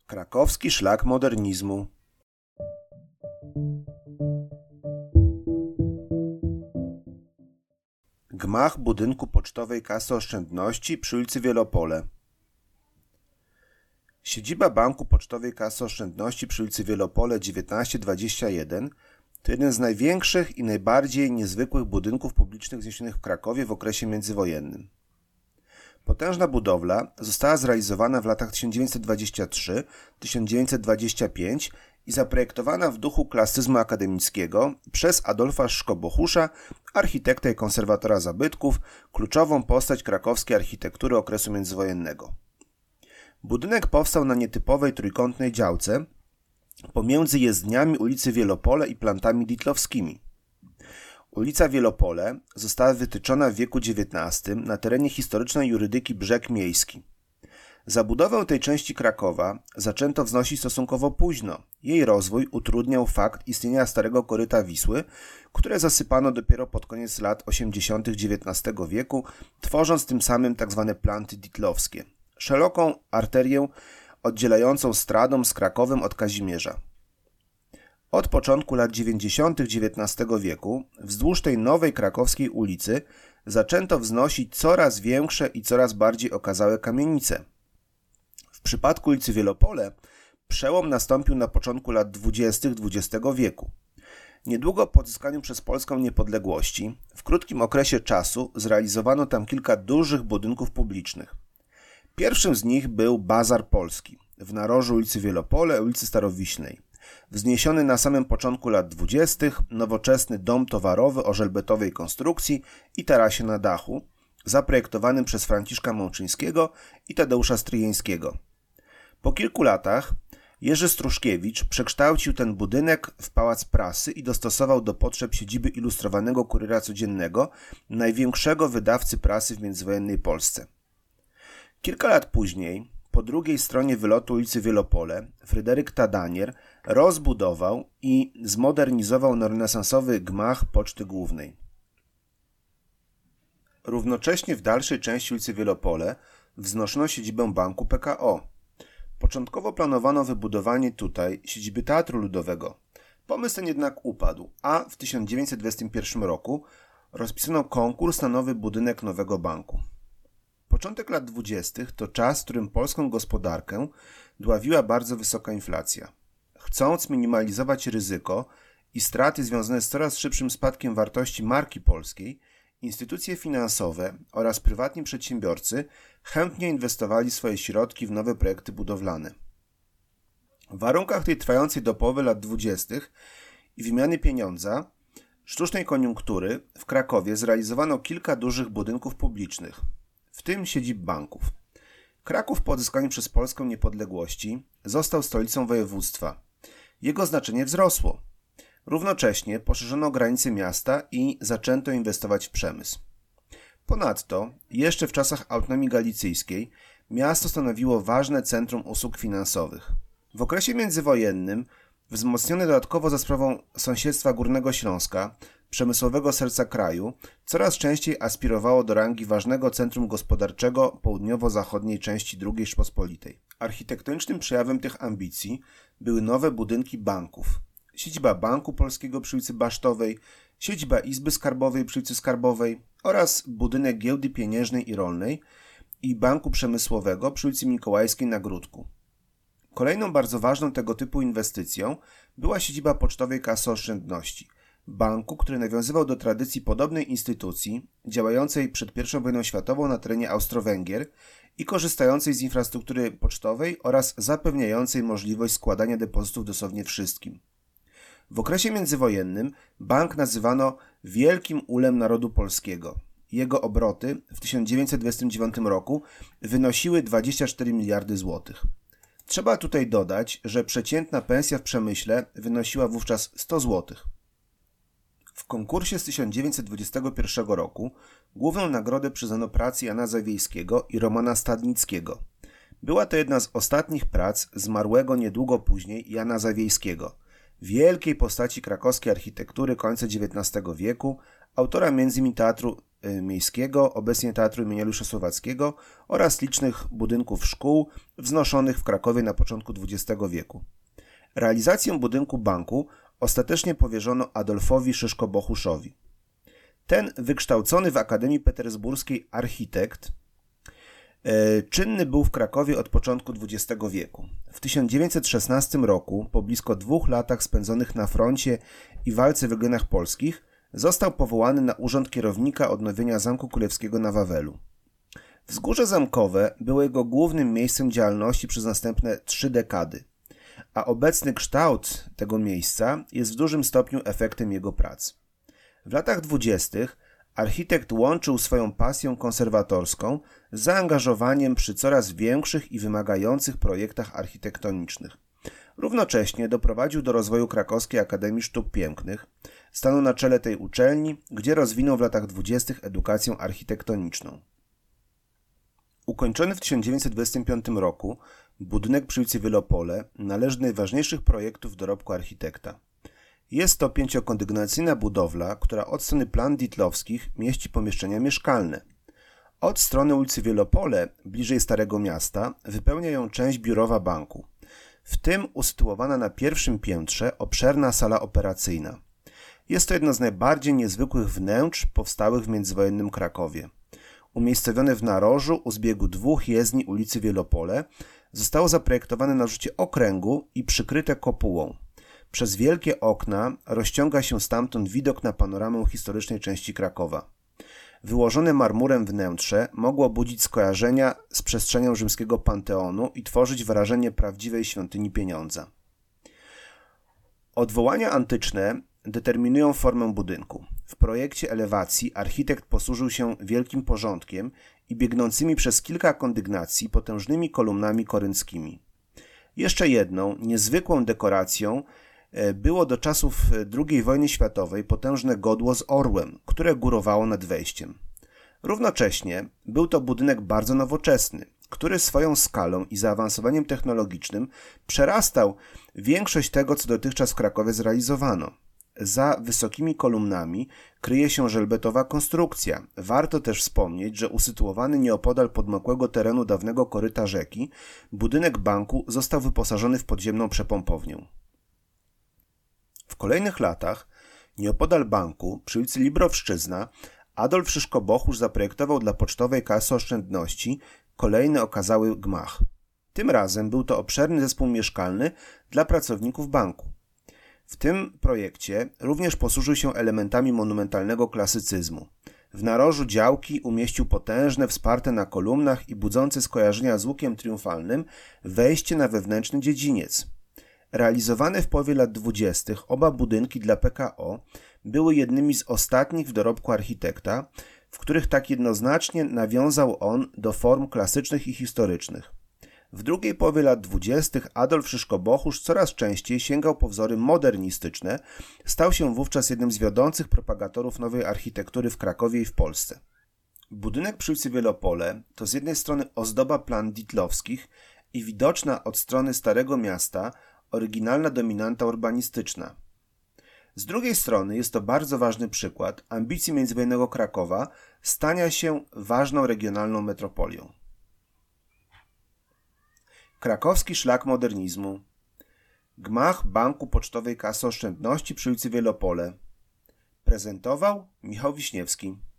Krakowski szlak modernizmu. Gmach budynku Pocztowej Kasy Oszczędności przy ulicy Wielopole. Siedziba Banku Pocztowej Kasy Oszczędności przy ulicy Wielopole 1921 to jeden z największych i najbardziej niezwykłych budynków publicznych wzniesionych w Krakowie w okresie międzywojennym. Potężna budowla została zrealizowana w latach 1923-1925 i zaprojektowana w duchu klasycyzmu akademickiego przez Adolfa Szkobohusza, architekta i konserwatora zabytków, kluczową postać krakowskiej architektury okresu międzywojennego. Budynek powstał na nietypowej trójkątnej działce pomiędzy jezdniami ulicy Wielopole i plantami ditlowskimi. Ulica Wielopole została wytyczona w wieku XIX na terenie historycznej jurydyki Brzeg Miejski. Zabudowę tej części Krakowa zaczęto wznosić stosunkowo późno. Jej rozwój utrudniał fakt istnienia starego koryta Wisły, które zasypano dopiero pod koniec lat 80. XIX wieku, tworząc tym samym tzw. planty ditlowskie, szeroką arterię oddzielającą Stradom z Krakowem od Kazimierza. Od początku lat 90. XIX wieku wzdłuż tej nowej krakowskiej ulicy zaczęto wznosić coraz większe i coraz bardziej okazałe kamienice. W przypadku ulicy Wielopole przełom nastąpił na początku lat 20. XX wieku. Niedługo po odzyskaniu przez Polskę niepodległości, w krótkim okresie czasu zrealizowano tam kilka dużych budynków publicznych. Pierwszym z nich był Bazar Polski w narożu ulicy Wielopole i ulicy Starowiśnej. Wzniesiony na samym początku lat 20. nowoczesny dom towarowy o żelbetowej konstrukcji i tarasie na dachu, zaprojektowany przez Franciszka Mączyńskiego i Tadeusza Stryjeńskiego. Po kilku latach Jerzy Struszkiewicz przekształcił ten budynek w Pałac Prasy i dostosował do potrzeb siedziby Ilustrowanego Kuriera Codziennego, największego wydawcy prasy w międzywojennej Polsce. Kilka lat później, po drugiej stronie wylotu ulicy Wielopole, Fryderyk Tadanier rozbudował i zmodernizował renesansowy gmach Poczty Głównej. Równocześnie w dalszej części ulicy Wielopole wznoszono siedzibę Banku PKO. Początkowo planowano wybudowanie tutaj siedziby Teatru Ludowego. Pomysł ten jednak upadł, a w 1921 roku rozpisano konkurs na nowy budynek nowego banku. Początek lat 20. to czas, w którym polską gospodarkę dławiła bardzo wysoka inflacja. Chcąc minimalizować ryzyko i straty związane z coraz szybszym spadkiem wartości marki polskiej, instytucje finansowe oraz prywatni przedsiębiorcy chętnie inwestowali swoje środki w nowe projekty budowlane. W warunkach tej trwającej do połowy lat 20. i wymiany pieniądza, sztucznej koniunktury w Krakowie zrealizowano kilka dużych budynków publicznych, w tym siedzib banków. Kraków po odzyskaniu przez Polskę niepodległości został stolicą województwa. Jego znaczenie wzrosło. Równocześnie poszerzono granice miasta i zaczęto inwestować w przemysł. Ponadto, jeszcze w czasach autonomii galicyjskiej, miasto stanowiło ważne centrum usług finansowych. W okresie międzywojennym, wzmocnione dodatkowo za sprawą sąsiedztwa Górnego Śląska, przemysłowego serca kraju, coraz częściej aspirowało do rangi ważnego centrum gospodarczego południowo-zachodniej części II Rzeczypospolitej. Architektonicznym przejawem tych ambicji były nowe budynki banków. Siedziba Banku Polskiego przy ulicy Basztowej, siedziba Izby Skarbowej przy ulicy Skarbowej oraz budynek Giełdy Pieniężnej i Rolnej i Banku Przemysłowego przy ulicy Mikołajskiej na Gródku. Kolejną bardzo ważną tego typu inwestycją była siedziba Pocztowej Kasy Oszczędności, banku, który nawiązywał do tradycji podobnej instytucji działającej przed I wojną światową na terenie Austro-Węgier i korzystającej z infrastruktury pocztowej oraz zapewniającej możliwość składania depozytów dosłownie wszystkim. W okresie międzywojennym bank nazywano Wielkim Ulem Narodu Polskiego. Jego obroty w 1929 roku wynosiły 24 miliardy złotych. Trzeba tutaj dodać, że przeciętna pensja w przemyśle wynosiła wówczas 100 złotych. W konkursie z 1921 roku główną nagrodę przyznano pracy Jana Zawiejskiego i Romana Stadnickiego. Była to jedna z ostatnich prac zmarłego niedługo później Jana Zawiejskiego, wielkiej postaci krakowskiej architektury końca XIX wieku, autora m.in. Teatru Miejskiego, obecnie Teatru im. Juliusza Słowackiego oraz licznych budynków szkół wznoszonych w Krakowie na początku XX wieku. Realizację budynku banku ostatecznie powierzono Adolfowi Szyszko-Bohuszowi. Ten wykształcony w Akademii Petersburskiej architekt czynny był w Krakowie od początku XX wieku. W 1916 roku, po blisko 2 latach spędzonych na froncie i walce w regionach polskich, został powołany na urząd kierownika odnowienia Zamku Królewskiego na Wawelu. Wzgórze Zamkowe było jego głównym miejscem działalności przez następne 3 dekady, a obecny kształt tego miejsca jest w dużym stopniu efektem jego prac. W latach 20. architekt łączył swoją pasję konserwatorską z zaangażowaniem przy coraz większych i wymagających projektach architektonicznych. Równocześnie doprowadził do rozwoju Krakowskiej Akademii Sztuk Pięknych, stanął na czele tej uczelni, gdzie rozwinął w latach 20. edukację architektoniczną. Ukończony w 1925 roku budynek przy ulicy Wielopole należy do najważniejszych projektów dorobku architekta. Jest to 5-kondygnacyjna budowla, która od strony plan Ditlowskich mieści pomieszczenia mieszkalne. Od strony ulicy Wielopole, bliżej Starego Miasta, wypełnia ją część biurowa banku. W tym usytuowana na pierwszym piętrze obszerna sala operacyjna. Jest to jedno z najbardziej niezwykłych wnętrz powstałych w międzywojennym Krakowie. Umiejscowione w narożu u zbiegu 2 jezdni ulicy Wielopole, zostało zaprojektowane na rzucie okręgu i przykryte kopułą. Przez wielkie okna rozciąga się stamtąd widok na panoramę historycznej części Krakowa. Wyłożone marmurem wnętrze mogło budzić skojarzenia z przestrzenią rzymskiego Panteonu i tworzyć wrażenie prawdziwej świątyni pieniądza. Odwołania antyczne determinują formę budynku. W projekcie elewacji architekt posłużył się wielkim porządkiem i biegnącymi przez kilka kondygnacji potężnymi kolumnami korynckimi. Jeszcze jedną, niezwykłą dekoracją było do czasów II wojny światowej potężne godło z orłem, które górowało nad wejściem. Równocześnie był to budynek bardzo nowoczesny, który swoją skalą i zaawansowaniem technologicznym przerastał większość tego, co dotychczas w Krakowie zrealizowano. Za wysokimi kolumnami kryje się żelbetowa konstrukcja. Warto też wspomnieć, że usytuowany nieopodal podmokłego terenu dawnego koryta rzeki, budynek banku został wyposażony w podziemną przepompownię. W kolejnych latach, nieopodal banku, przy ulicy Librowszczyzna, Adolf Szyszko-Bohusz zaprojektował dla Pocztowej Kasy Oszczędności kolejny okazały gmach. Tym razem był to obszerny zespół mieszkalny dla pracowników banku. W tym projekcie również posłużył się elementami monumentalnego klasycyzmu. W narożu działki umieścił potężne, wsparte na kolumnach i budzące skojarzenia z łukiem triumfalnym wejście na wewnętrzny dziedziniec. Realizowane w połowie lat 20. oba budynki dla PKO były jednymi z ostatnich w dorobku architekta, w których tak jednoznacznie nawiązał on do form klasycznych i historycznych. W drugiej połowie lat 20. Adolf Szyszko-Bohusz coraz częściej sięgał po wzory modernistyczne, stał się wówczas jednym z wiodących propagatorów nowej architektury w Krakowie i w Polsce. Budynek przy ulicy Wielopole to z jednej strony ozdoba plan Ditlowskich i widoczna od strony Starego Miasta oryginalna dominanta urbanistyczna. Z drugiej strony jest to bardzo ważny przykład ambicji międzywojennego Krakowa stania się ważną regionalną metropolią. Krakowski szlak modernizmu. Gmach Banku Pocztowej Kasy Oszczędności przy ulicy Wielopole. Prezentował Michał Wiśniewski.